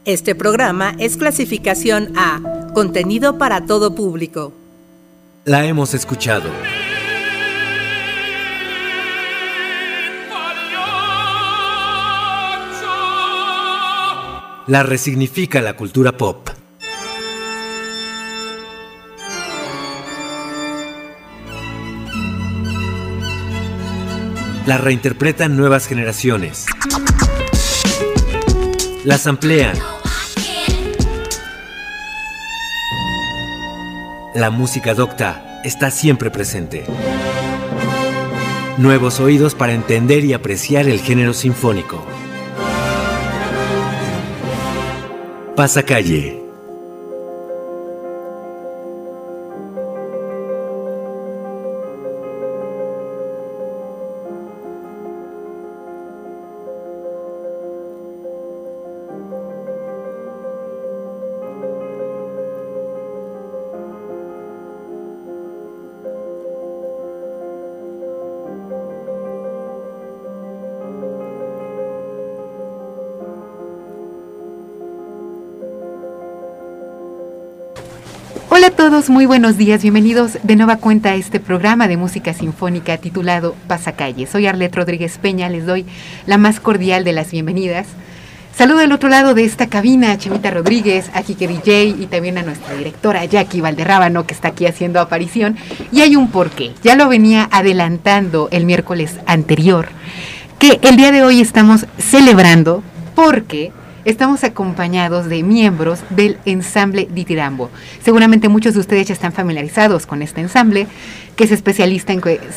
Este programa es clasificación A, contenido para todo público. La hemos escuchado. La resignifica la cultura pop. La reinterpretan nuevas generaciones. Las amplían. La música docta está siempre presente. Nuevos oídos para entender y apreciar el género sinfónico. Pasacalle. Hola a todos, muy buenos días, bienvenidos de nueva cuenta a este programa de música sinfónica titulado Pasacalle. Soy Arlet Rodríguez Peña, les doy la más cordial de las bienvenidas. Saludo del otro lado de esta cabina a Chemita Rodríguez, a Kike DJ y también a nuestra directora Jackie Valderrábano, que está aquí haciendo aparición. Y hay un porqué, ya lo venía adelantando el miércoles anterior, que el día de hoy estamos celebrando porque estamos acompañados de miembros del ensamble Ditirambo. Seguramente muchos de ustedes ya están familiarizados con este ensamble que se especializa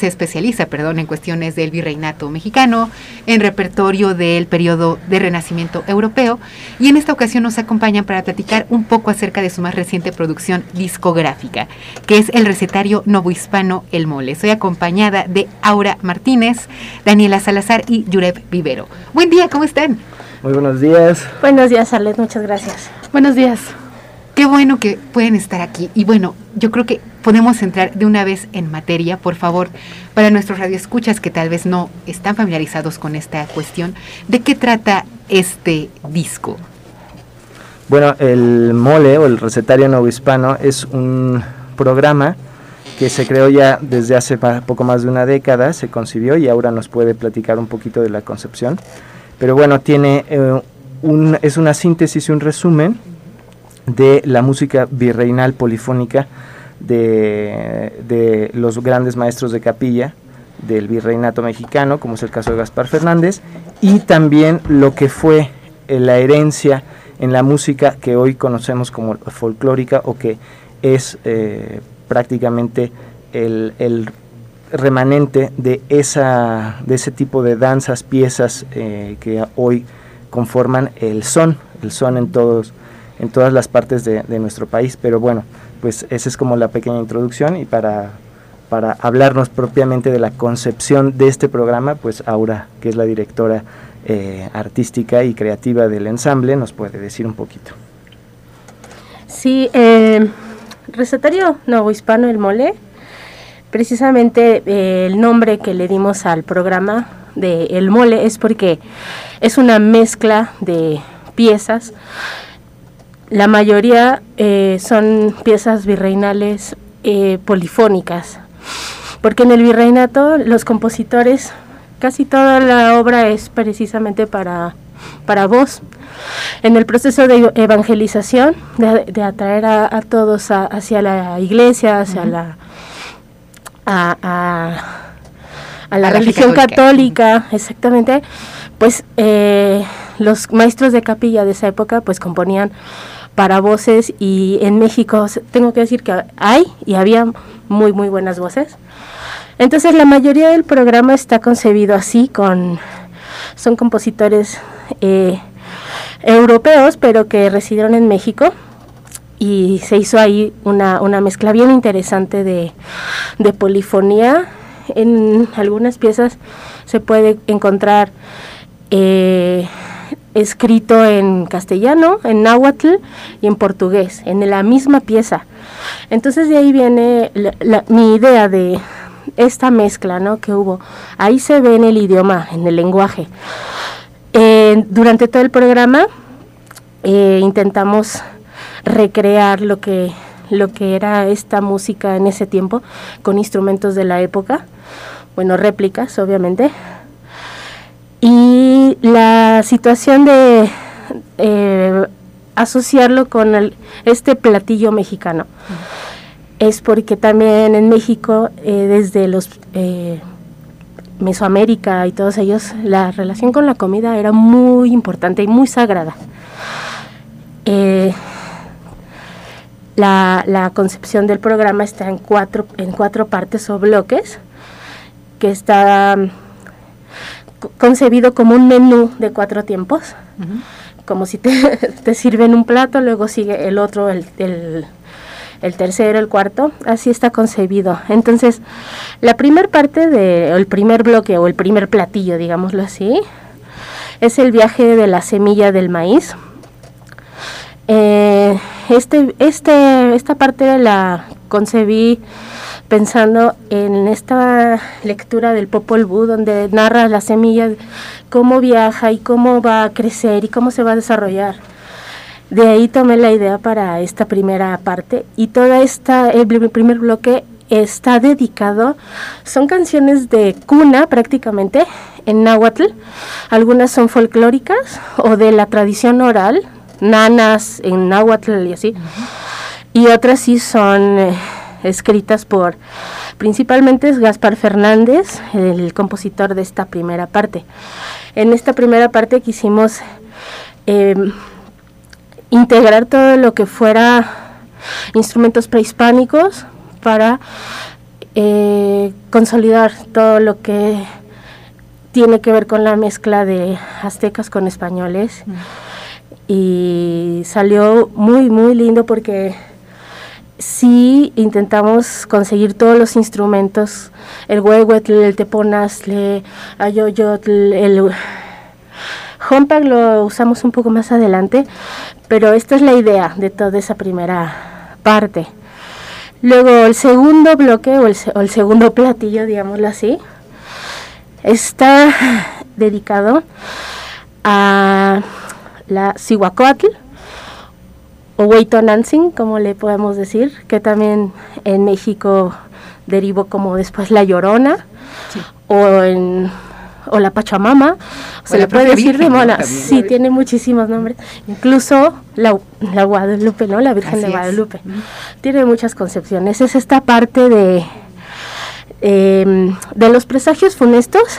en cuestiones del virreinato mexicano, en repertorio del periodo de Renacimiento europeo, y en esta ocasión nos acompañan para platicar un poco acerca de su más reciente producción discográfica, que es el recetario novohispano El Mole. Soy acompañada de Aura Martínez, Daniela Salazar y Yurep Vivero. Buen día, ¿cómo están? Muy buenos días. Buenos días, Arlet, muchas gracias. Buenos días. Qué bueno que pueden estar aquí. Y bueno, yo creo que podemos entrar de una vez en materia, por favor, para nuestros radioescuchas que tal vez no están familiarizados con esta cuestión. ¿De qué trata este disco? Bueno, el Mole o el recetario novohispano es un programa que se creó ya desde hace poco más de una década, se concibió y ahora nos puede platicar un poquito de la concepción. Pero bueno, tiene es una síntesis y un resumen de la música virreinal polifónica de los grandes maestros de capilla del virreinato mexicano, como es el caso de Gaspar Fernández, y también lo que fue la herencia en la música que hoy conocemos como folclórica, o que es prácticamente el remanente de ese tipo de danzas, piezas que hoy conforman el son en todas las partes de nuestro país. Pero bueno, pues esa es como la pequeña introducción, y para hablarnos propiamente de la concepción de este programa, pues Aura, que es la directora artística y creativa del ensamble, nos puede decir un poquito. Sí, recetario novohispano El Mole, precisamente el nombre que le dimos al programa de El Mole es porque es una mezcla de piezas. La mayoría son piezas virreinales polifónicas, porque en el virreinato los compositores, casi toda la obra es precisamente para voz. En el proceso de evangelización, de atraer a todos hacia la iglesia, hacia a la religión católica, exactamente, pues los maestros de capilla de esa época pues componían para voces, y en México tengo que decir que había muy buenas voces. Entonces la mayoría del programa está concebido así, son compositores europeos, pero que residieron en México, y se hizo ahí una mezcla bien interesante de polifonía. En algunas piezas se puede encontrar escrito en castellano, en náhuatl y en portugués, en la misma pieza. Entonces de ahí viene mi idea de esta mezcla, ¿no?, que hubo. Ahí se ve en el idioma, en el lenguaje. Durante todo el programa intentamos recrear lo que era esta música en ese tiempo, con instrumentos de la época, bueno, réplicas, obviamente. Y la situación de asociarlo con este platillo mexicano es porque también en México, desde los Mesoamérica y todos ellos, la relación con la comida era muy importante y muy sagrada. La concepción del programa está en cuatro partes o bloques, que está concebido como un menú de 4 tiempos, como si te sirven un plato, luego sigue el otro, el tercero, el cuarto, así está concebido. Entonces, la primera parte el primer bloque o el primer platillo, digámoslo así, es el viaje de la semilla del maíz. Esta parte la concebí pensando en esta lectura del Popol Vuh, donde narra la semilla, cómo viaja y cómo va a crecer y cómo se va a desarrollar. De ahí tomé la idea para esta primera parte, y el primer bloque está dedicado, son canciones de cuna prácticamente, en náhuatl. Algunas son folclóricas o de la tradición oral, nanas en náhuatl y así, y otras sí son escritas principalmente es Gaspar Fernández, el compositor de esta primera parte. En esta primera parte quisimos integrar todo lo que fuera instrumentos prehispánicos para consolidar todo lo que tiene que ver con la mezcla de aztecas con españoles. Y salió muy, muy lindo porque sí intentamos conseguir todos los instrumentos, el huehuetl, el teponaztle, ayoyotl, el Hompag lo usamos un poco más adelante, pero esta es la idea de toda esa primera parte. Luego el segundo bloque o el segundo platillo, digámoslo así, está dedicado a la Cihuacóatl o Hueytonantzin, como le podemos decir, que también en México derivó como después la Llorona, sí. o la Pachamama, se le puede decir de Mona, sí, tiene muchísimos nombres, incluso la Guadalupe, ¿no? La Virgen de Guadalupe, tiene muchas concepciones. Es esta parte de los presagios funestos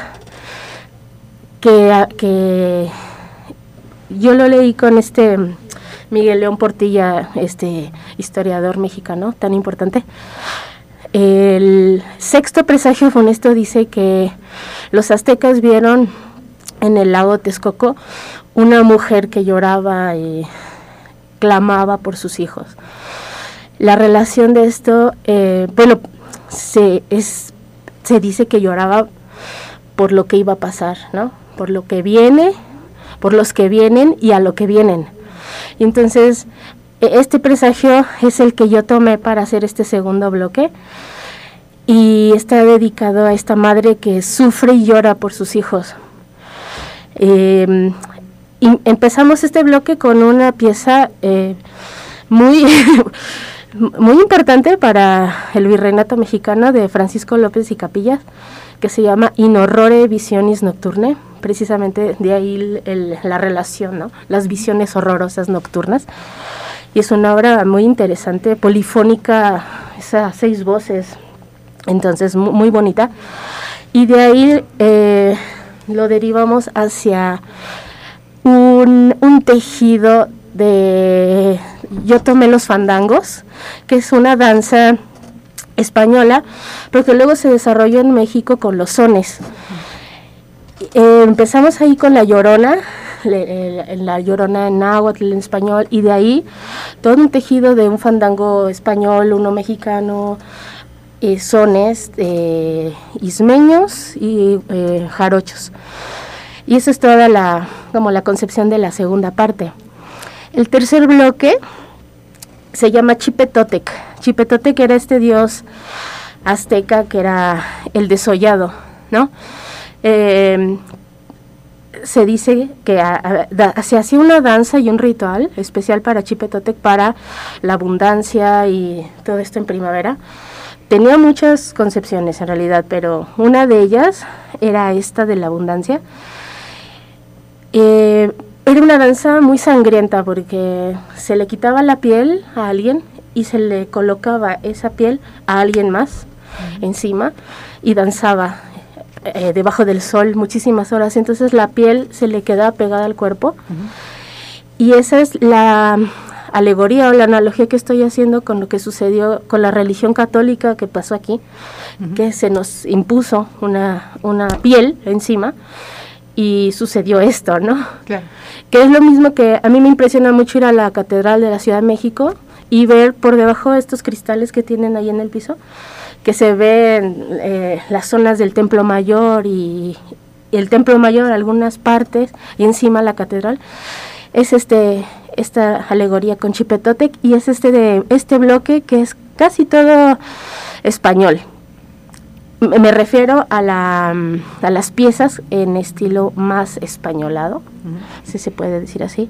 que yo lo leí con Miguel León Portilla, historiador mexicano tan importante. El sexto presagio funesto dice que los aztecas vieron en el lago Texcoco una mujer que lloraba y clamaba por sus hijos. La relación de esto, se dice que lloraba por lo que iba a pasar, ¿no? Por lo que viene, por los que vienen y a lo que vienen. Y entonces, este presagio es el que yo tomé para hacer este segundo bloque, y está dedicado a esta madre que sufre y llora por sus hijos. Y empezamos este bloque con una pieza muy, muy importante para el virreinato mexicano de Francisco López y Capillas, que se llama In Horrore Visionis Nocturne, precisamente de ahí la relación, ¿no? Las visiones horrorosas nocturnas. Y es una obra muy interesante, polifónica, esas 6 voces, entonces muy bonita. Y de ahí lo derivamos hacia un tejido de... Yo tomé los fandangos, que es una danza española, pero que luego se desarrolló en México con los sones. Empezamos ahí con la Llorona, la Llorona en náhuatl, en español, y de ahí todo un tejido de un fandango español, uno mexicano, sones ismeños y jarochos. Y eso es toda la concepción de la segunda parte. El tercer bloque se llama Chipetotec. Chipetotec era este dios azteca que era el desollado, ¿no? se dice que se hacía una danza y un ritual especial para Chipetotec, para la abundancia y todo esto en primavera. Tenía muchas concepciones en realidad, pero una de ellas era esta de la abundancia. Era una danza muy sangrienta porque se le quitaba la piel a alguien y se le colocaba esa piel a alguien más encima y danzaba debajo del sol muchísimas horas. Entonces la piel se le quedaba pegada al cuerpo. Y esa es la alegoría o la analogía que estoy haciendo con lo que sucedió con la religión católica que pasó aquí, que se nos impuso una piel encima y sucedió esto, ¿no? Claro. Que es lo mismo que a mí me impresiona mucho ir a la Catedral de la Ciudad de México y ver por debajo estos cristales que tienen ahí en el piso, que se ven las zonas del Templo Mayor y el Templo Mayor, algunas partes, y encima la catedral. Es esta alegoría con Chipetotec, y es este bloque que es casi todo español. Me refiero a las piezas en estilo más españolado, si se puede decir así,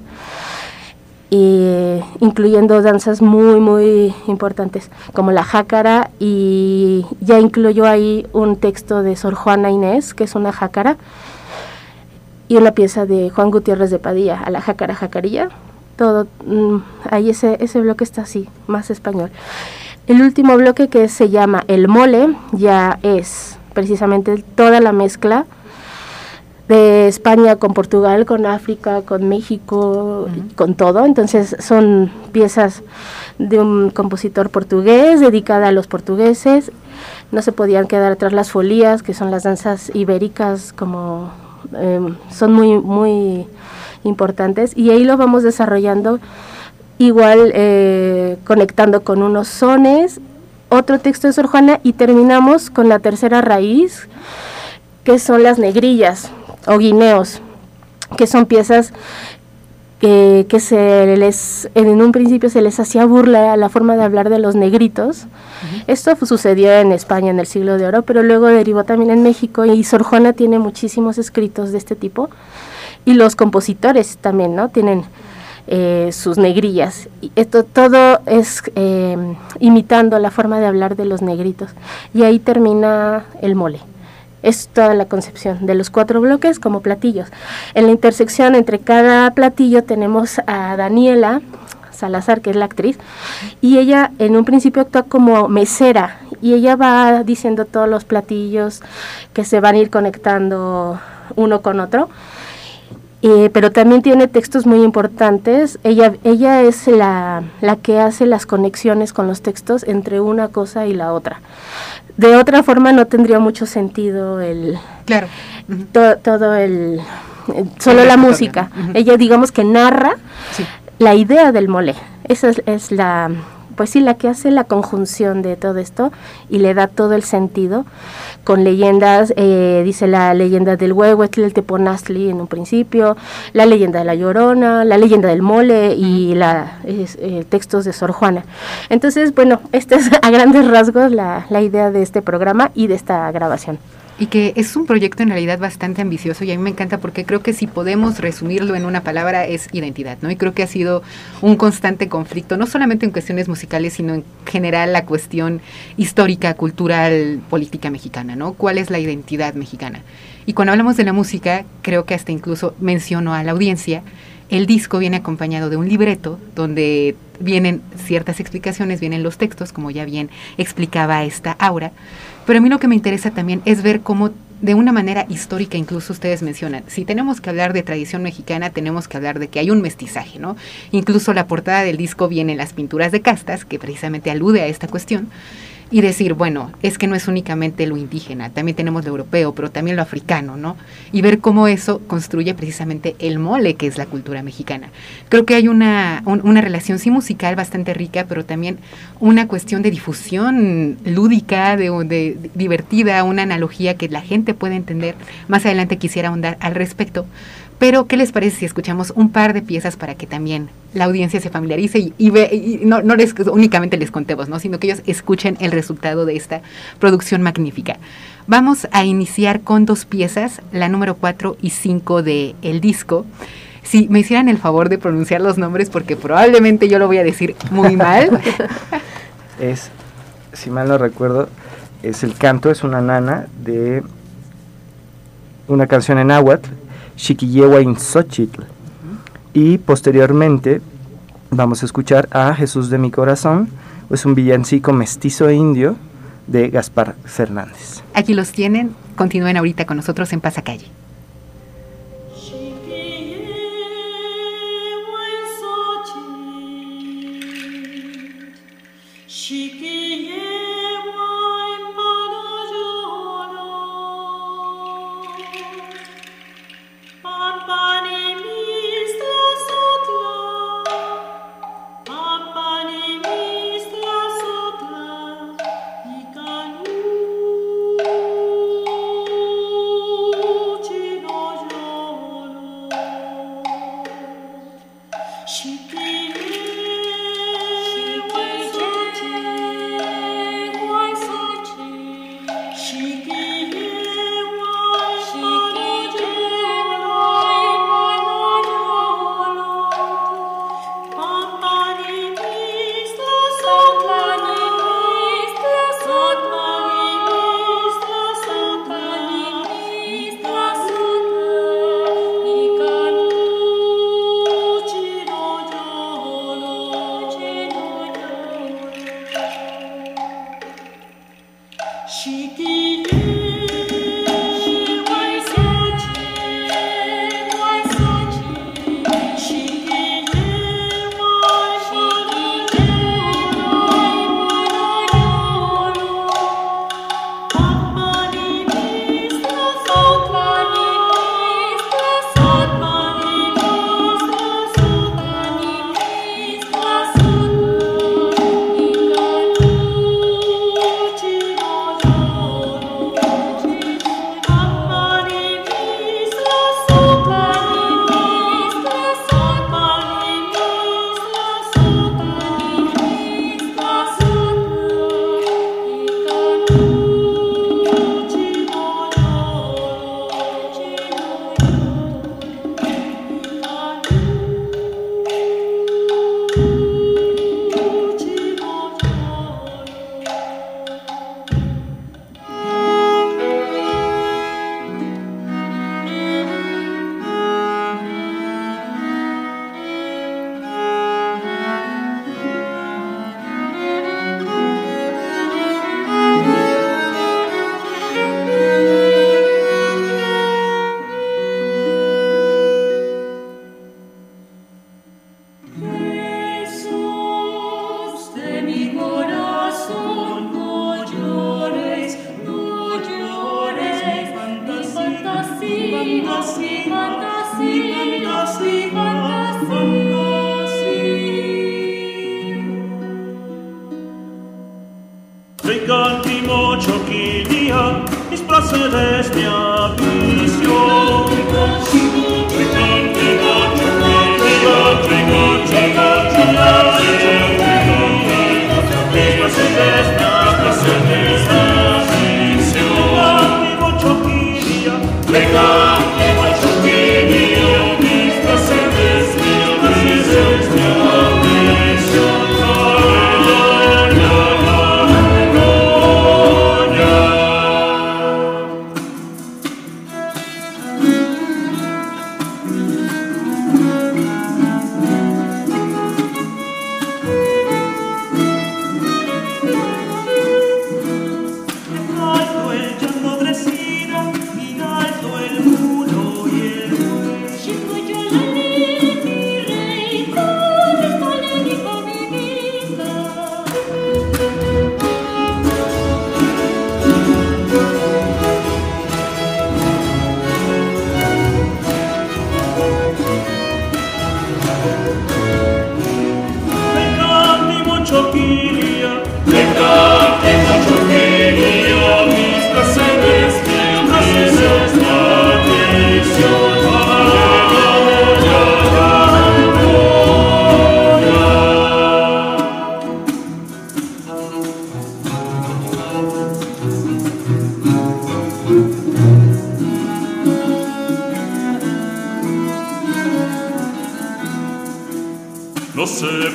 incluyendo danzas muy, muy importantes, como la jácara, y ya incluyó ahí un texto de Sor Juana Inés, que es una jácara, y una pieza de Juan Gutiérrez de Padilla, a la jácara, jacarilla, todo, ahí ese bloque está así, más español. El último bloque, que se llama El Mole, ya es precisamente toda la mezcla de España con Portugal, con África, con México, con todo. Entonces son piezas de un compositor portugués, dedicada a los portugueses. No se podían quedar atrás las folías, que son las danzas ibéricas, como son muy, muy importantes, y ahí lo vamos desarrollando igual, conectando con unos sones, otro texto de Sor Juana, y terminamos con la tercera raíz, que son las negrillas o guineos, que son piezas que en un principio se les hacía burla a la forma de hablar de los negritos. Esto sucedió en España en el Siglo de Oro, pero luego derivó también en México, y Sor Juana tiene muchísimos escritos de este tipo, y los compositores también, ¿no? Tienen sus negrillas. Y esto todo es imitando la forma de hablar de los negritos, y ahí termina el mole. Es toda la concepción de los 4 bloques como platillos. En la intersección entre cada platillo tenemos a Daniela Salazar, que es la actriz, y ella en un principio actúa como mesera, y ella va diciendo todos los platillos que se van a ir conectando uno con otro. Pero también tiene textos muy importantes. Ella es la que hace las conexiones con los textos entre una cosa y la otra. De otra forma no tendría mucho sentido claro. Solo la música. Ella, digamos, que narra la idea del mole. Esa es la que hace la conjunción de todo esto y le da todo el sentido, con leyendas, dice la leyenda del Huehuetl, el Teponaztli en un principio, la leyenda de la Llorona, la leyenda del mole y textos de Sor Juana. Entonces, bueno, esta es a grandes rasgos la idea de este programa y de esta grabación. Y que es un proyecto en realidad bastante ambicioso, y a mí me encanta porque creo que si podemos resumirlo en una palabra es identidad, ¿no? Y creo que ha sido un constante conflicto, no solamente en cuestiones musicales, sino en general la cuestión histórica, cultural, política mexicana, ¿no? ¿Cuál es la identidad mexicana? Y cuando hablamos de la música, creo que hasta incluso menciono a la audiencia, el disco viene acompañado de un libreto donde vienen ciertas explicaciones, vienen los textos, como ya bien explicaba esta Aura, pero a mí lo que me interesa también es ver cómo de una manera histórica, incluso ustedes mencionan, si tenemos que hablar de tradición mexicana, tenemos que hablar de que hay un mestizaje, ¿no? Incluso la portada del disco viene en las pinturas de castas, que precisamente alude a esta cuestión, y decir, bueno, es que no es únicamente lo indígena, también tenemos lo europeo, pero también lo africano, ¿no? Y ver cómo eso construye precisamente el mole, que es la cultura mexicana. Creo que hay una relación sí musical bastante rica, pero también una cuestión de difusión lúdica, de divertida, una analogía que la gente puede entender. Más adelante quisiera ahondar al respecto. Pero, ¿qué les parece si escuchamos un par de piezas para que también la audiencia se familiarice y no únicamente les contemos, ¿no? Sino que ellos escuchen el resultado de esta producción magnífica? Vamos a iniciar con 2 piezas, la número 4 y 5 del disco. Si me hicieran el favor de pronunciar los nombres, porque probablemente yo lo voy a decir muy mal. Es, si mal no recuerdo, es el canto, es una nana de una canción en náhuatl, Xiquillehuain Xochitl. Y posteriormente vamos a escuchar a Jesús de mi corazón, es un villancico mestizo indio de Gaspar Fernández. Aquí los tienen, continúen ahorita con nosotros en Pasacalle.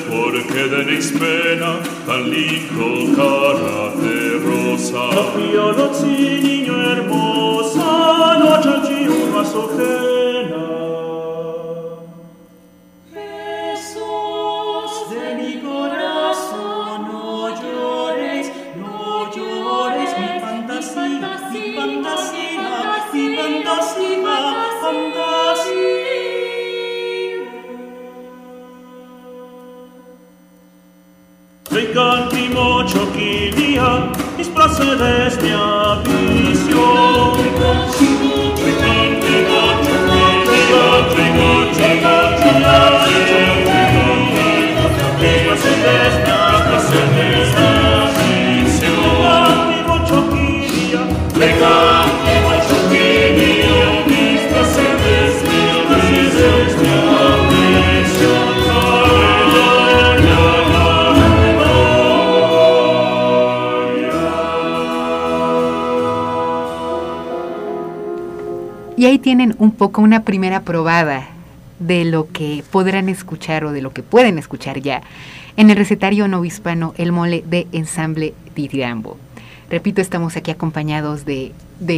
porque tenéis pena, tan lindo cara de rosa. La piolozzi, niño hermosa, no chanchi una sojena. Jesús de mi corazón, no llores, mi fantasía, mi fantasía, mi fantasía, fantasía. Recanti mocho quilia, mis placeres mi avicio. Recanti mocho quilia, recanti mocho mis placeres mi avicio. Recanti mocho quilia, recanti mocho quilia, mis placeres mi avicio. Y ahí tienen un poco una primera probada de lo que podrán escuchar o de lo que pueden escuchar ya en el recetario novohispano El Mole de Ensamble Ditirambo. Repito, estamos aquí acompañados de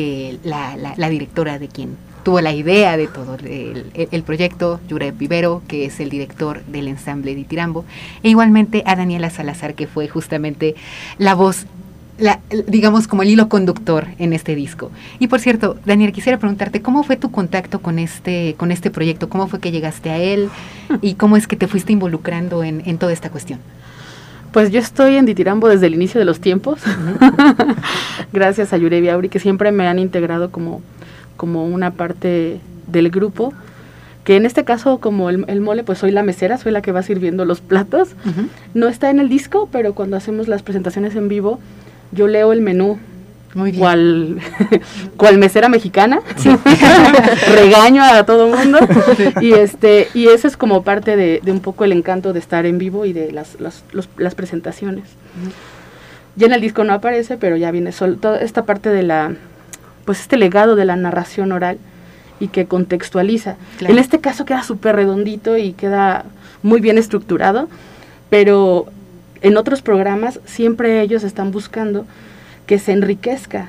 la directora de quien tuvo la idea de todo el proyecto, Yurep Vivero, que es el director del Ensamble Ditirambo, e igualmente a Daniela Salazar, que fue justamente la voz, digamos, como el hilo conductor en este disco. Y por cierto, Daniel, quisiera preguntarte, ¿cómo fue tu contacto con este proyecto? ¿Cómo fue que llegaste a él? ¿Y cómo es que te fuiste involucrando en toda esta cuestión? Pues yo estoy en Ditirambo desde el inicio de los tiempos, gracias a Yurep y Auri, que siempre me han integrado como una parte del grupo, que en este caso, como el mole, pues soy la mesera, soy la que va sirviendo los platos. No está en el disco, pero cuando hacemos las presentaciones en vivo, yo leo el menú. Muy bien. Cual mesera mexicana. Sí. Regaño a todo el mundo. Y eso es como parte de un poco el encanto de estar en vivo y de las presentaciones. Ya en el disco no aparece, pero ya viene toda esta parte de este legado de la narración oral y que contextualiza. Claro. En este caso queda súper redondito y queda muy bien estructurado, pero en otros programas siempre ellos están buscando que se enriquezca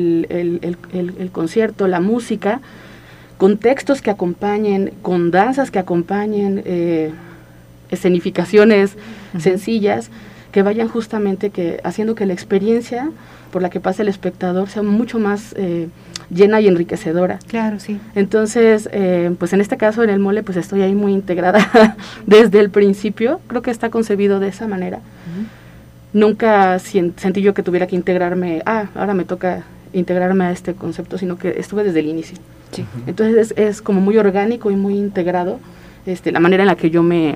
el concierto, la música, con textos que acompañen, con danzas que acompañen, escenificaciones sencillas, que vayan justamente haciendo que la experiencia por la que pasa el espectador sea mucho más llena y enriquecedora. Claro, sí. Entonces, pues en este caso, en el mole, pues estoy ahí muy integrada desde el principio. Creo que está concebido de esa manera. Nunca sentí yo que tuviera que integrarme, ahora me toca integrarme a este concepto, sino que estuve desde el inicio. Sí. Entonces es como muy orgánico y muy integrado la manera en la que yo me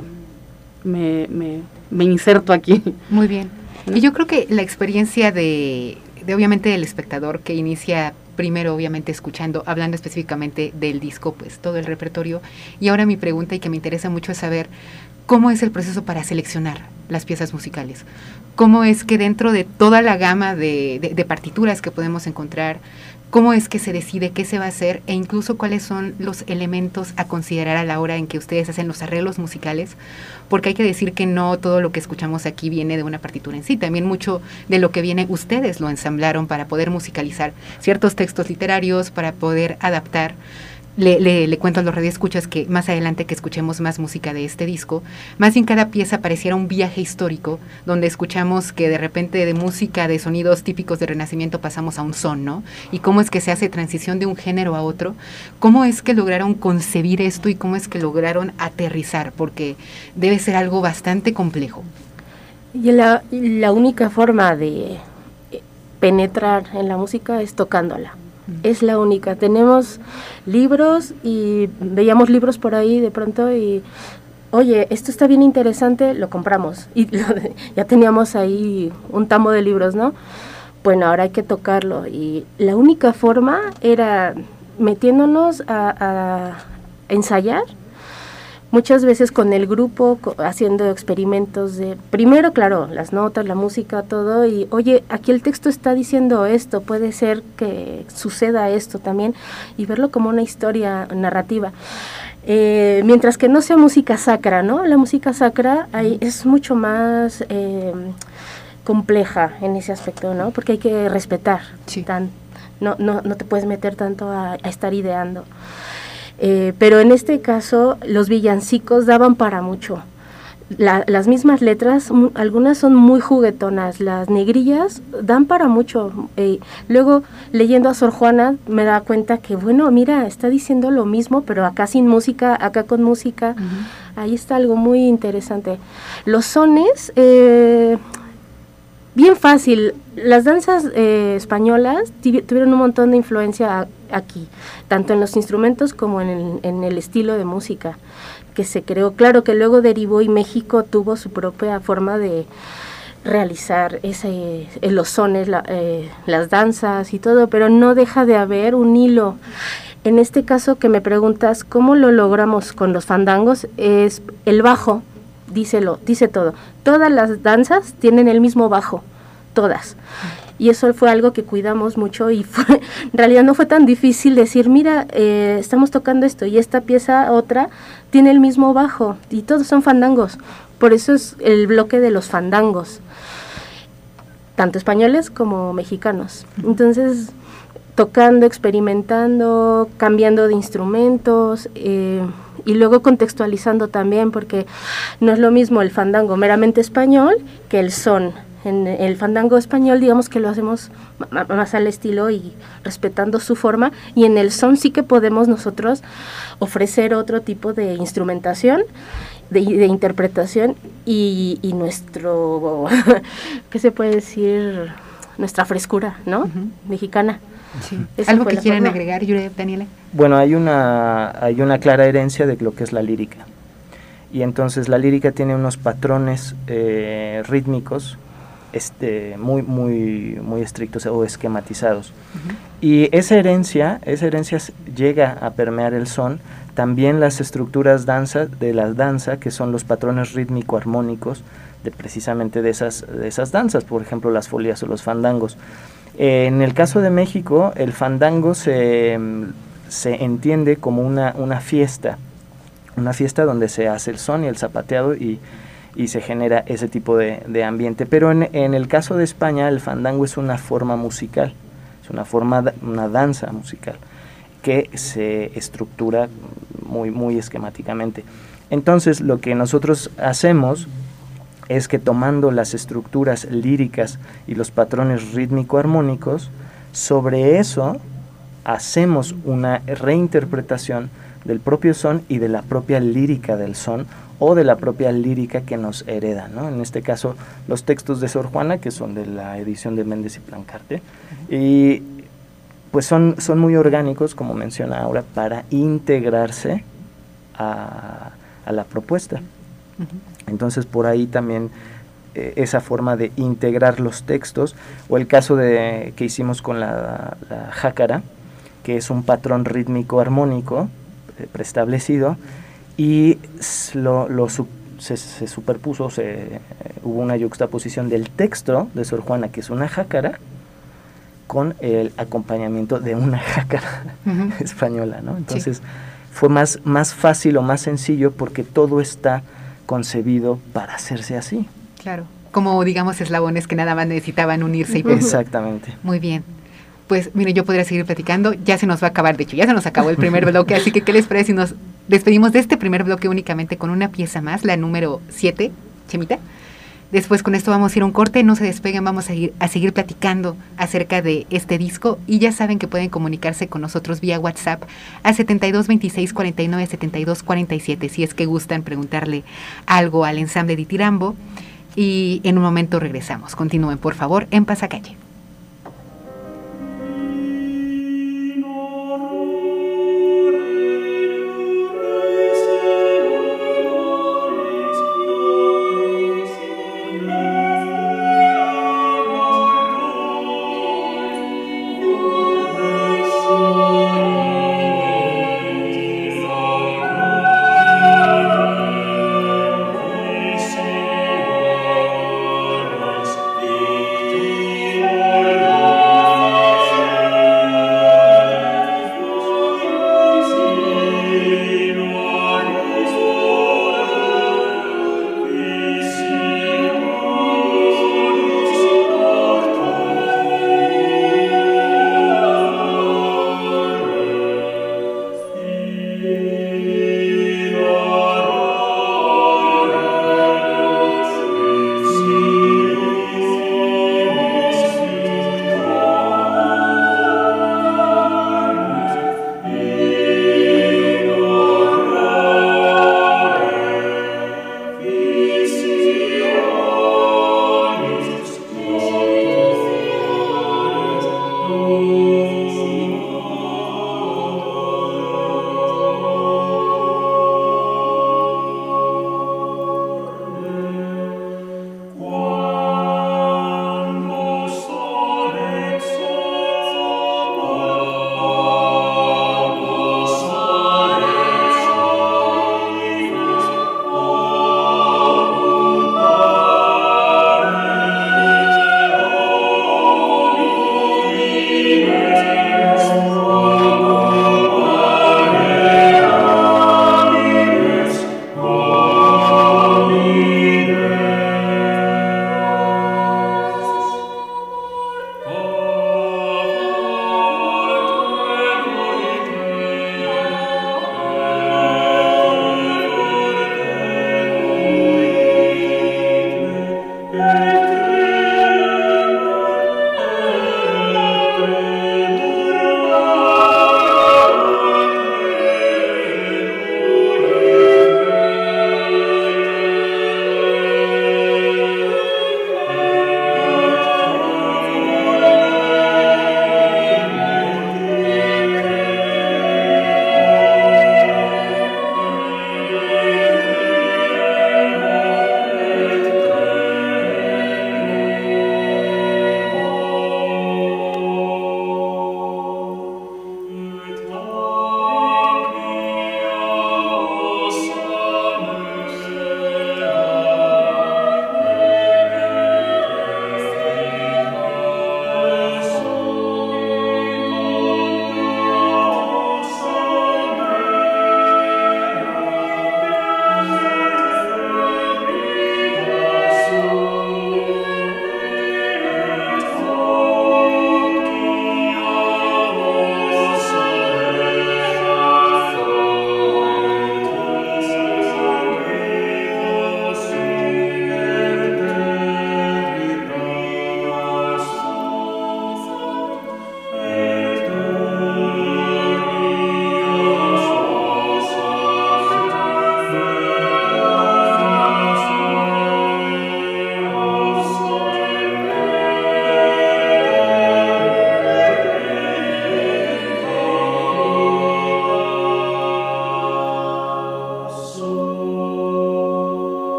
inserto aquí. Muy bien. Y yo creo que la experiencia de obviamente del espectador que inicia primero obviamente escuchando, hablando específicamente del disco, pues todo el repertorio, y ahora mi pregunta y que me interesa mucho es saber cómo es el proceso para seleccionar las piezas musicales. ¿Cómo es que dentro de toda la gama de partituras que podemos encontrar, cómo es que se decide qué se va a hacer e incluso cuáles son los elementos a considerar a la hora en que ustedes hacen los arreglos musicales? Porque hay que decir que no todo lo que escuchamos aquí viene de una partitura en sí, también mucho de lo que viene ustedes lo ensamblaron para poder musicalizar ciertos textos literarios, para poder adaptar. Le cuento a los radioescuchas que más adelante que escuchemos más música de este disco, más bien cada pieza pareciera un viaje histórico, donde escuchamos que de repente de música, de sonidos típicos del Renacimiento pasamos a un son, ¿no? Y cómo es que se hace transición de un género a otro, cómo es que lograron concebir esto y cómo es que lograron aterrizar, porque debe ser algo bastante complejo. Y la única forma de penetrar en la música es tocándola. Es la única. Tenemos libros y veíamos libros por ahí de pronto y, oye, esto está bien interesante, lo compramos. Y ya teníamos ahí un tambo de libros, ¿no? Bueno, ahora hay que tocarlo. Y la única forma era metiéndonos a ensayar, muchas veces con el grupo, haciendo experimentos de, primero, claro, las notas, la música, todo, y oye, aquí el texto está diciendo esto, puede ser que suceda esto también, y verlo como una historia narrativa. Mientras que no sea música sacra, ¿no? La música sacra es mucho más compleja en ese aspecto, ¿no? Porque hay que respetar, sí. No te puedes meter tanto a estar ideando. Pero en este caso, los villancicos daban para mucho. Las mismas letras, algunas son muy juguetonas, las negrillas dan para mucho. Luego, leyendo a Sor Juana, me da cuenta que, bueno, mira, está diciendo lo mismo, pero acá sin música, acá con música. Ahí está algo muy interesante. Los sones, bien fácil. Las danzas españolas tuvieron un montón de influencia aquí, tanto en los instrumentos como en el estilo de música que se creó. Claro que luego derivó y México tuvo su propia forma de realizar los sones, las danzas y todo, pero no deja de haber un hilo. En este caso que me preguntas, ¿cómo lo logramos con los fandangos? Es el bajo, dice todo. Todas las danzas tienen el mismo bajo, todas. Y eso fue algo que cuidamos mucho y en realidad no fue tan difícil decir, mira, estamos tocando esto y esta pieza, otra, tiene el mismo bajo y todos son fandangos. Por eso es el bloque de los fandangos, tanto españoles como mexicanos. Entonces, tocando, experimentando, cambiando de instrumentos y luego contextualizando también, porque no es lo mismo el fandango meramente español que el son. En el fandango español, digamos que lo hacemos más al estilo y respetando su forma, y en el son sí que podemos nosotros ofrecer otro tipo de instrumentación, de interpretación y nuestro, ¿qué se puede decir? Nuestra frescura, ¿no? Mexicana. Sí. ¿Algo que quieran agregar, Daniela? Bueno, hay una clara herencia de lo que es la lírica. Y entonces la lírica tiene unos patrones rítmicos muy estrictos o esquematizados. Y esa herencia llega a permear el son, también las estructuras de la danza, que son los patrones rítmico-armónicos precisamente de esas danzas, por ejemplo las folias o los fandangos. En el caso de México, el fandango se entiende como una fiesta donde se hace el son y el zapateado y se genera ese tipo de ambiente. Pero en el caso de España, el fandango es una forma musical, es una danza musical que se estructura muy esquemáticamente. Entonces, lo que nosotros hacemos es que tomando las estructuras líricas y los patrones rítmico-armónicos, sobre eso hacemos una reinterpretación del propio son y de la propia lírica del son, o de la propia lírica que nos hereda, ¿no? En este caso, los textos de Sor Juana, que son de la edición de Méndez y Plancarte, y pues son muy orgánicos, como menciona Aura, para integrarse a la propuesta. Entonces, por ahí también esa forma de integrar los textos, o el caso que hicimos con la jácara, que es un patrón rítmico armónico preestablecido, y se superpuso, hubo una yuxtaposición del texto de Sor Juana, que es una jácara, con el acompañamiento de una jácara española, ¿no? Entonces fue más fácil o más sencillo porque todo está concebido para hacerse así. Claro, como digamos eslabones que nada más necesitaban unirse. Exactamente. Muy bien. Pues mire, yo podría seguir platicando, ya se nos va a acabar, de hecho ya se nos acabó el primer bloque, así que ¿qué les parece si nos despedimos de este primer bloque únicamente con una pieza más, la número 7, Chemita? Después con esto vamos a ir a un corte, no se despeguen, vamos a seguir platicando acerca de este disco, y ya saben que pueden comunicarse con nosotros vía WhatsApp a 72 26 49 72 47, si es que gustan preguntarle algo al ensamble de Tirambo, y en un momento regresamos. Continúen por favor en Pasacalle. Victoria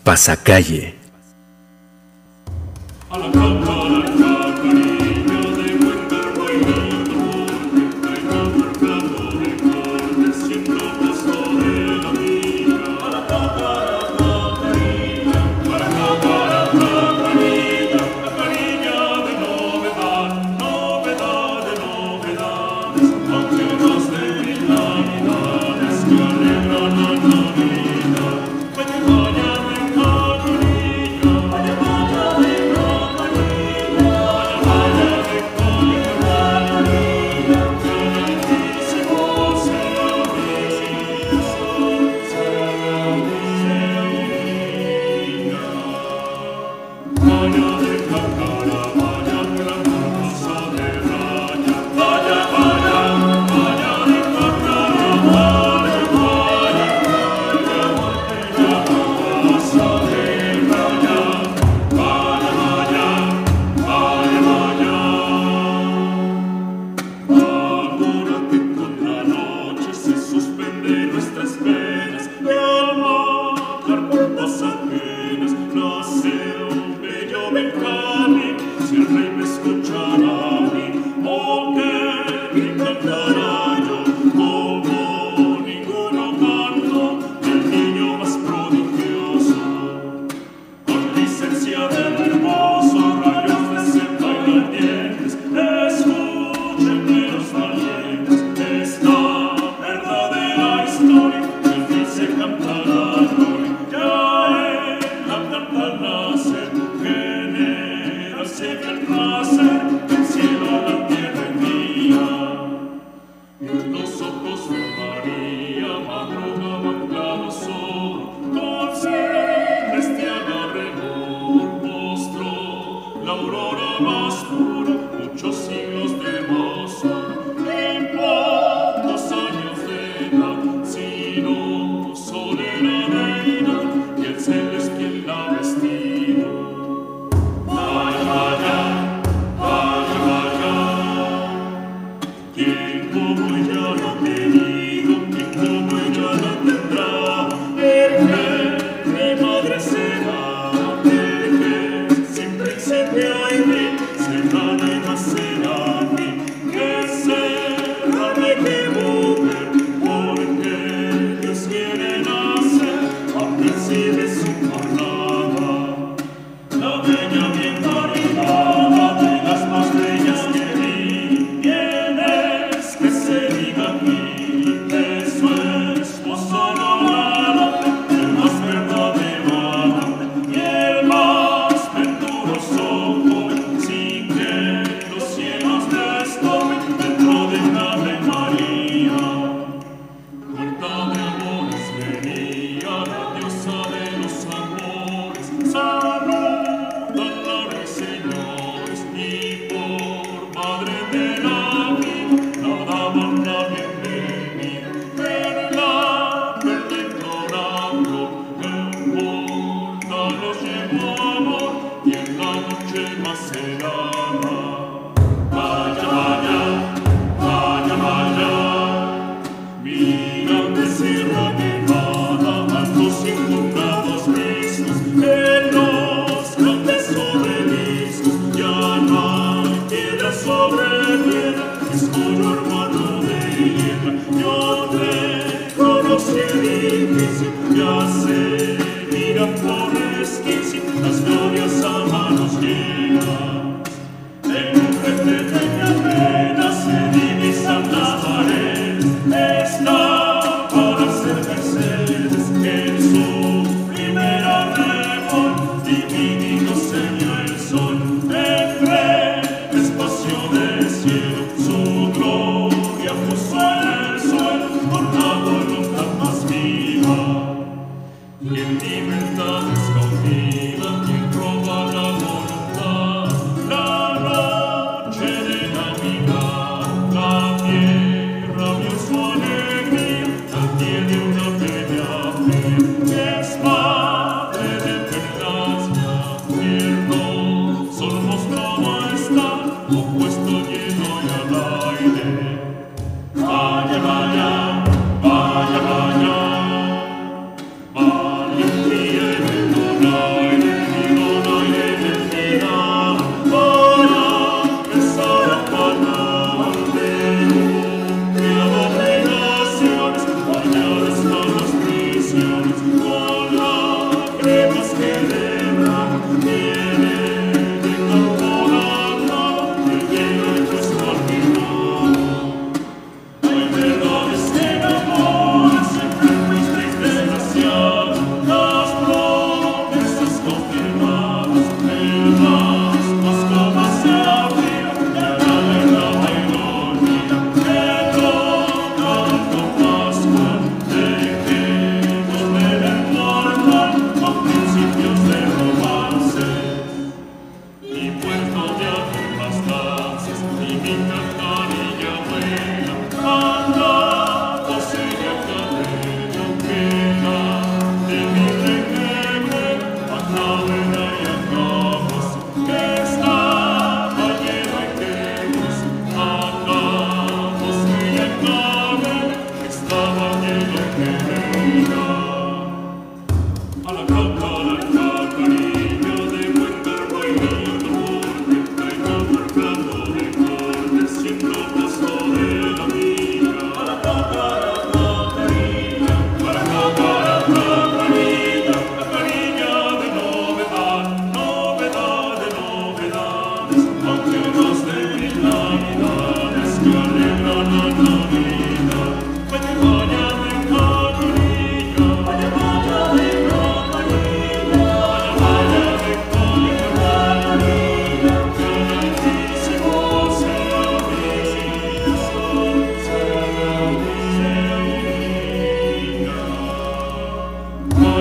Pasacalle.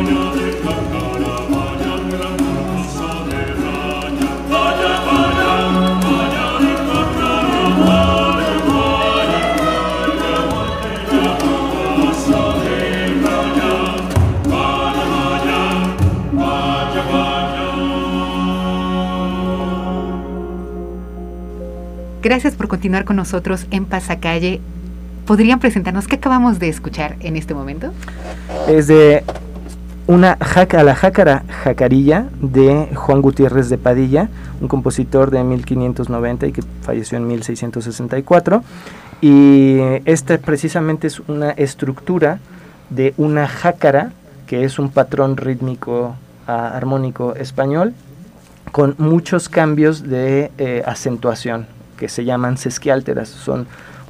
Gracias por continuar con nosotros en Pasacalle. ¿Podrían presentarnos qué acabamos de escuchar en este momento? Es de una la jácara jacarilla de Juan Gutiérrez de Padilla, un compositor de 1590 y que falleció en 1664. Y esta precisamente es una estructura de una jácara, que es un patrón rítmico armónico español, con muchos cambios de acentuación, que se llaman sesquialteras. Son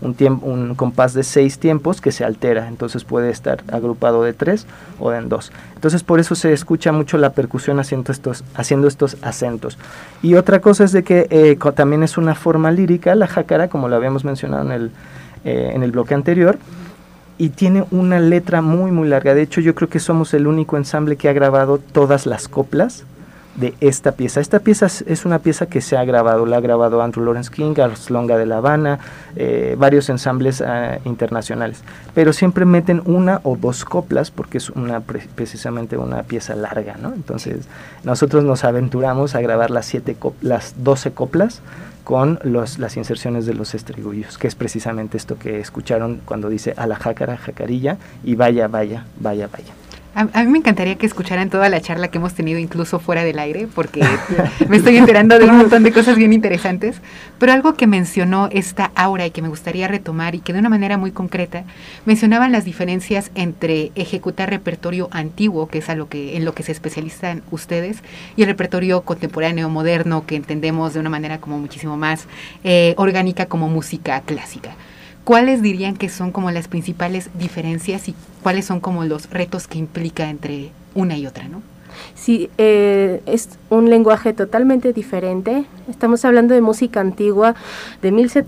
un compás de 6 tiempos que se altera, entonces puede estar agrupado de 3 o en 2. Entonces por eso se escucha mucho la percusión haciendo estos acentos. Y otra cosa es de que también es una forma lírica, la jácara, como lo habíamos mencionado en el bloque anterior, y tiene una letra muy muy larga. De hecho, yo creo que somos el único ensamble que ha grabado todas las coplas de esta pieza. Esta pieza es una pieza que se ha grabado, la ha grabado Andrew Lawrence King, Garslonga de La Habana, varios ensambles internacionales, pero siempre meten una o dos coplas porque es precisamente una pieza larga, ¿no? Entonces nosotros nos aventuramos a grabar las 12 coplas con las inserciones de los estrigullos, que es precisamente esto que escucharon cuando dice a la jácara, jacarilla, y vaya, vaya, vaya, vaya. A mí me encantaría que escucharan toda la charla que hemos tenido incluso fuera del aire, porque me estoy enterando de un montón de cosas bien interesantes, pero algo que mencionó esta Aura y que me gustaría retomar y que de una manera muy concreta, mencionaban las diferencias entre ejecutar repertorio antiguo, que es en lo que se especializan ustedes, y el repertorio contemporáneo, moderno, que entendemos de una manera como muchísimo más orgánica como música clásica. ¿Cuáles dirían que son como las principales diferencias y cuáles son como los retos que implica entre una y otra, ¿no? Sí, es un lenguaje totalmente diferente. Estamos hablando de música antigua de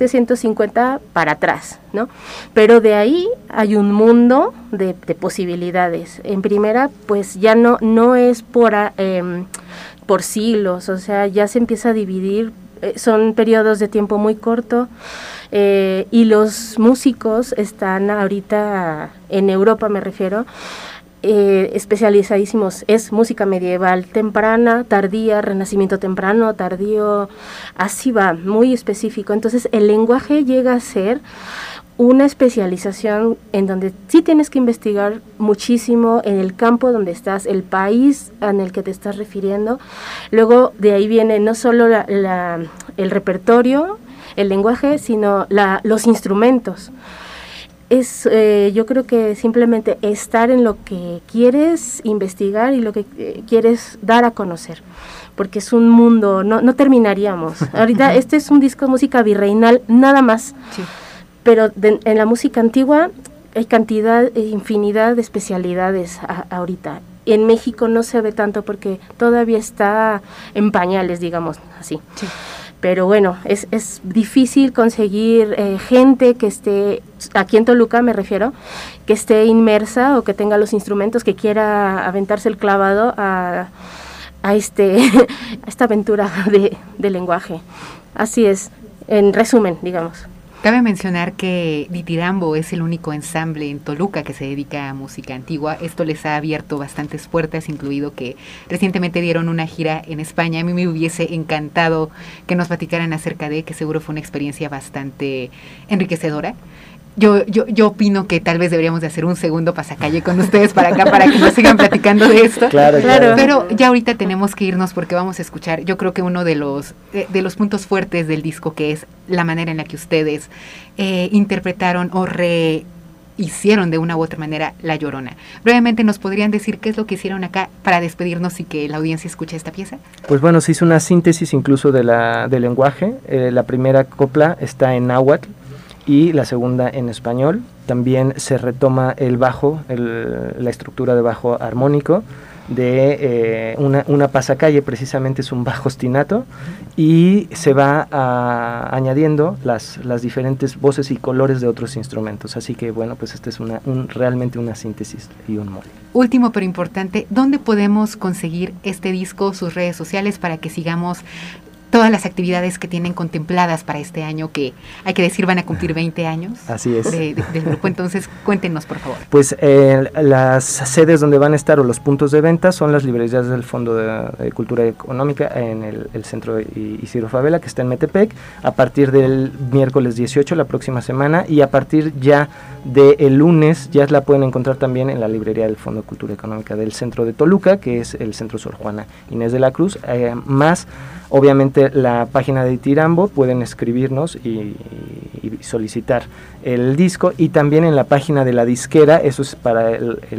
1750 para atrás, ¿no? Pero de ahí hay un mundo de posibilidades. En primera, pues ya no es por siglos, o sea, ya se empieza a dividir, son periodos de tiempo muy corto. Y los músicos están ahorita en Europa, me refiero, especializadísimos. Es música medieval temprana, tardía, renacimiento temprano, tardío, así va, muy específico. Entonces el lenguaje llega a ser una especialización en donde sí tienes que investigar muchísimo en el campo donde estás, el país en el que te estás refiriendo. Luego de ahí viene no solo el repertorio, el lenguaje, sino los instrumentos. Yo creo que simplemente estar en lo que quieres investigar y lo que quieres dar a conocer, porque es un mundo, no terminaríamos. Ahorita este es un disco de música virreinal, nada más, sí. Pero en la música antigua hay infinidad de especialidades ahorita. En México no se ve tanto porque todavía está en pañales, digamos así. Sí. Pero bueno, es difícil conseguir gente que esté, aquí en Toluca me refiero, que esté inmersa o que tenga los instrumentos, que quiera aventarse el clavado a esta aventura de lenguaje. Así es, en resumen, digamos. Cabe mencionar que Ditirambo es el único ensamble en Toluca que se dedica a música antigua. Esto les ha abierto bastantes puertas, incluido que recientemente dieron una gira en España. A mí me hubiese encantado que nos platicaran acerca de, que seguro fue una experiencia bastante enriquecedora. Yo opino que tal vez deberíamos de hacer un segundo pasacalle con ustedes para acá, para que nos sigan platicando de esto. Claro. Pero ya ahorita tenemos que irnos porque vamos a escuchar, yo creo que uno de los puntos fuertes del disco, que es la manera en la que ustedes interpretaron o hicieron de una u otra manera La Llorona. Brevemente, ¿nos podrían decir qué es lo que hicieron acá para despedirnos y que la audiencia escuche esta pieza? Pues bueno, se hizo una síntesis incluso del lenguaje. La primera copla está en náhuatl y la segunda en español. También se retoma el bajo, la estructura de bajo armónico de una pasacalle, precisamente es un bajo ostinato, y se va añadiendo las diferentes voces y colores de otros instrumentos. Así que bueno, pues este es realmente una síntesis y un mole. Último pero importante, ¿dónde podemos conseguir este disco, sus redes sociales, para que sigamos todas las actividades que tienen contempladas para este año, que hay que decir van a cumplir 20 años? Así es. Del grupo? Entonces, cuéntenos, por favor. Pues las sedes donde van a estar o los puntos de venta son las librerías del Fondo de Cultura Económica en el centro Isidro Fabela, que está en Metepec, a partir del miércoles 18, la próxima semana, y a partir ya del lunes ya la pueden encontrar también en la librería del Fondo de Cultura Económica del centro de Toluca, que es el Centro Sor Juana Inés de la Cruz, más obviamente la página de Itirambo, pueden escribirnos y solicitar el disco, y también en la página de la disquera, eso es para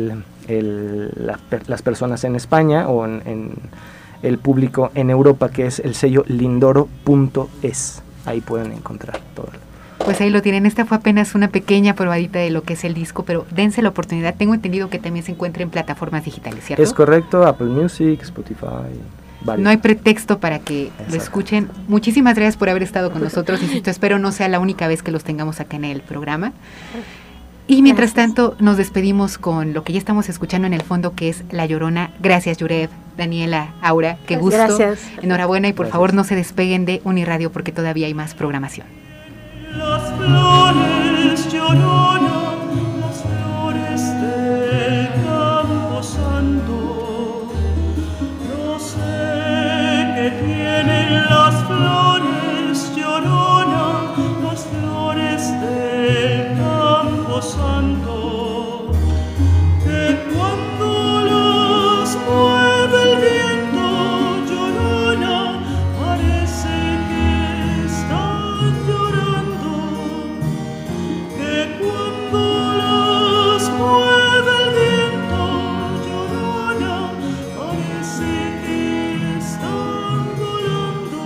las personas en España o en el público en Europa, que es el sello lindoro.es, ahí pueden encontrar todo. Pues ahí lo tienen. Esta fue apenas una pequeña probadita de lo que es el disco, pero dense la oportunidad. Tengo entendido que también se encuentra en plataformas digitales, ¿cierto? Es correcto, Apple Music, Spotify. Vale. No hay pretexto para que lo escuchen. Muchísimas gracias por haber estado con nosotros. Insisto, espero no sea la única vez que los tengamos acá en el programa. Y mientras tanto, nos despedimos con lo que ya estamos escuchando en el fondo, que es La Llorona. Gracias, Yurev, Daniela, Aura, qué gusto. Gracias. Enhorabuena, y por favor no se despeguen de Uniradio, porque todavía hay más programación. Las flores, Llorona, las flores del campo santo, no sé qué tienen las flores, Llorona, las flores del campo santo, que cuando las mueve el viento, Llorona, parece que están llorando, que cuando las mueve el viento, Llorona, parece que están volando.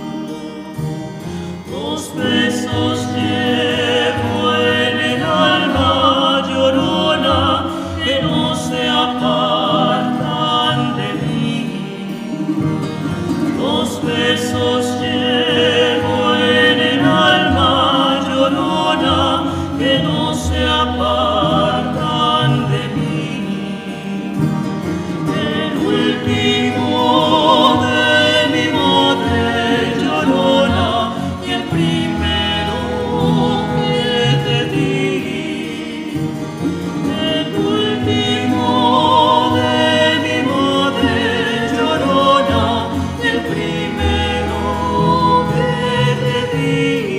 Dos besos llevo en el alma, Llorona, que no se apartan de mí. Dos besos llevo en el alma, Llorona, que no se apartan de mí. El último de mi madre, Llorona, y el primero que te di. El último de mi madre, Llorona, y el primero que te di.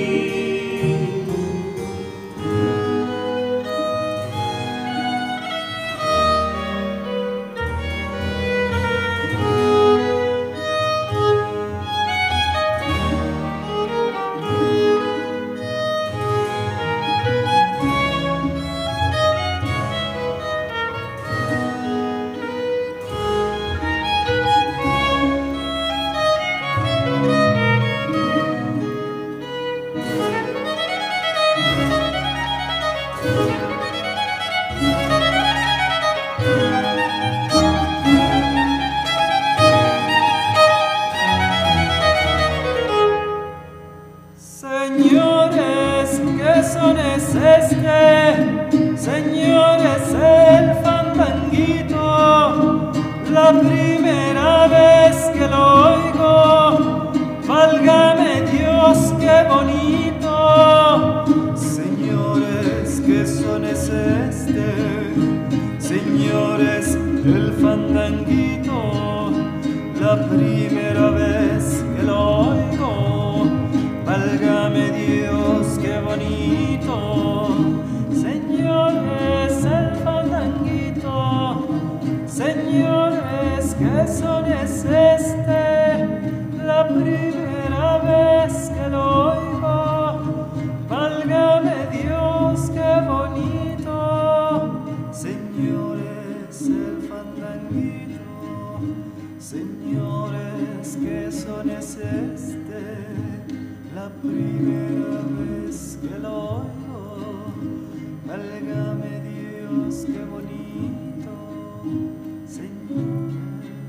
Señores, ¿qué son es este? Señores, el fandanguito, la primera vez que lo oigo, válgame Dios, qué bonito. Señores, ¿qué son es este? Señores, el fandanguito, la primera vez que lo oigo, válgame Dios, qué bonito. Señores, el fandanguito, señores, ¿qué son es este? La primera vez que lo oigo, válgame Dios, qué bonito. Señores, el fandanguito, señores, ¿qué son es este? La primera vez que lo oigo, válgame Dios, qué bonito. Señores,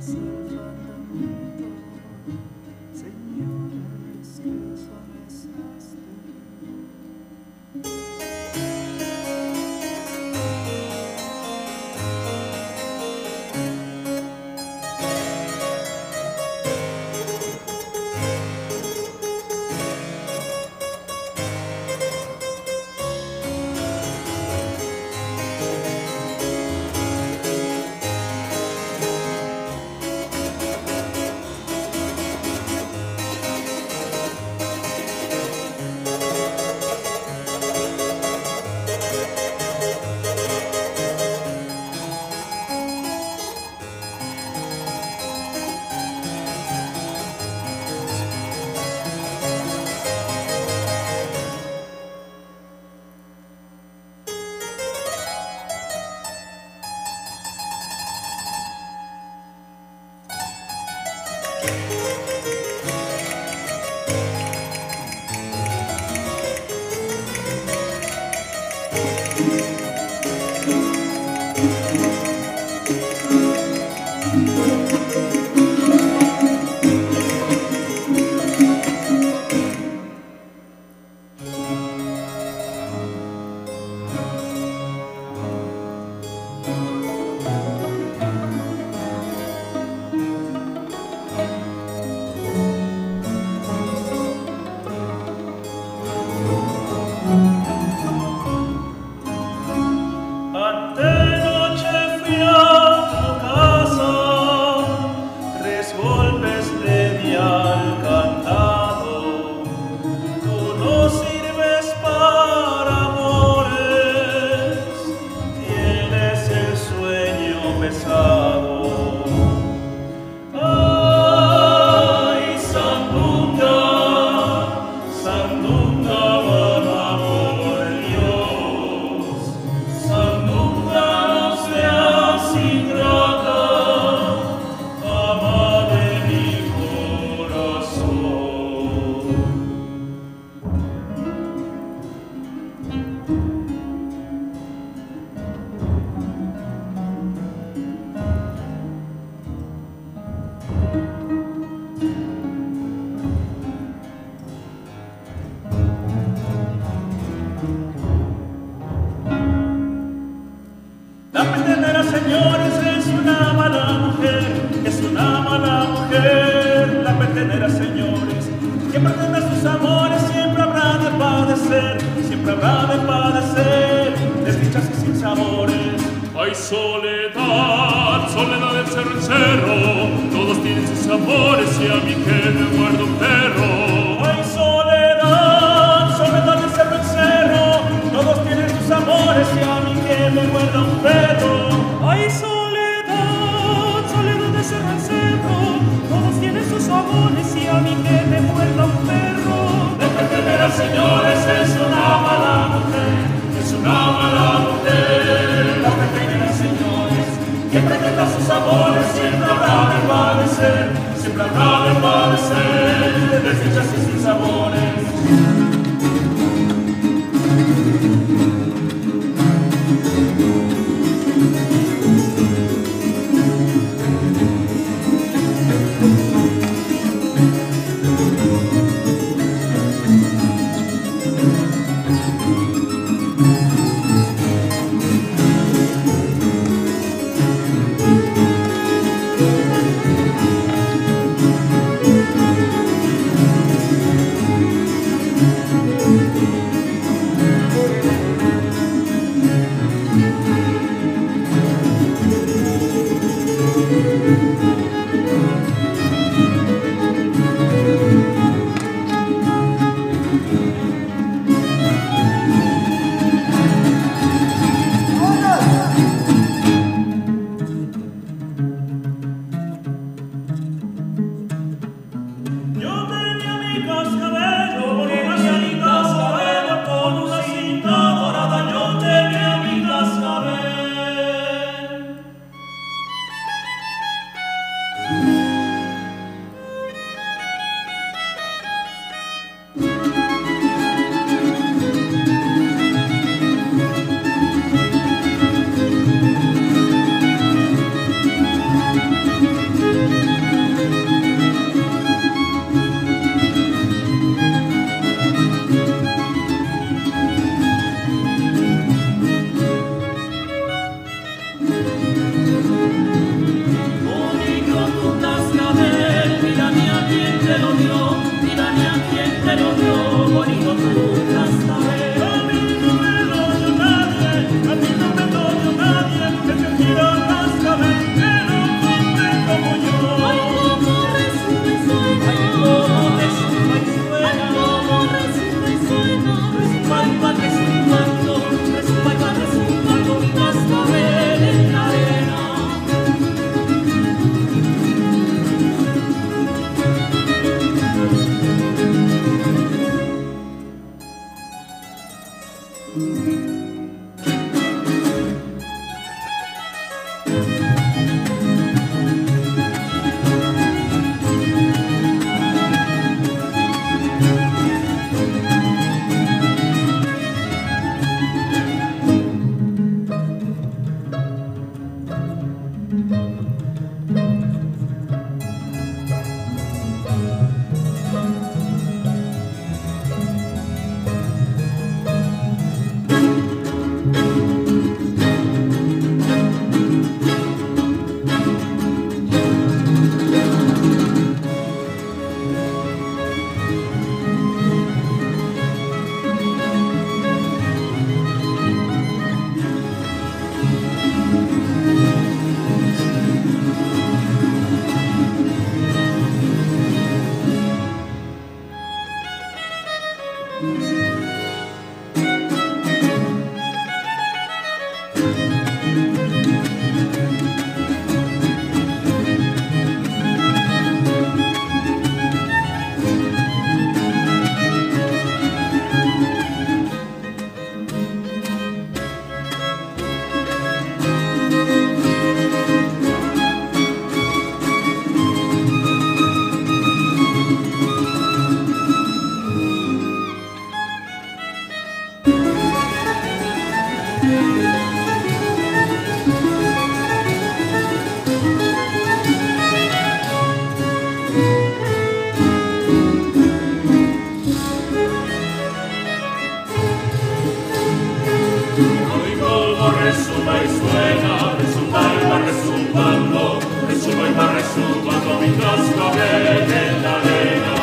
jugando mi cascabel en la arena.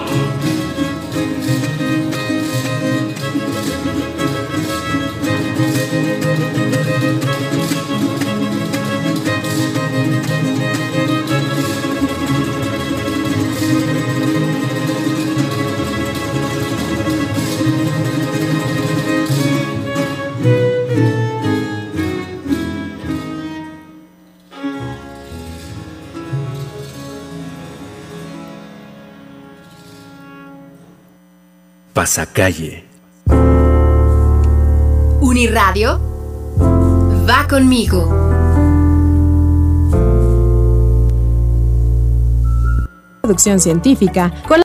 Pasacalle. Uniradio va conmigo. Producción científica con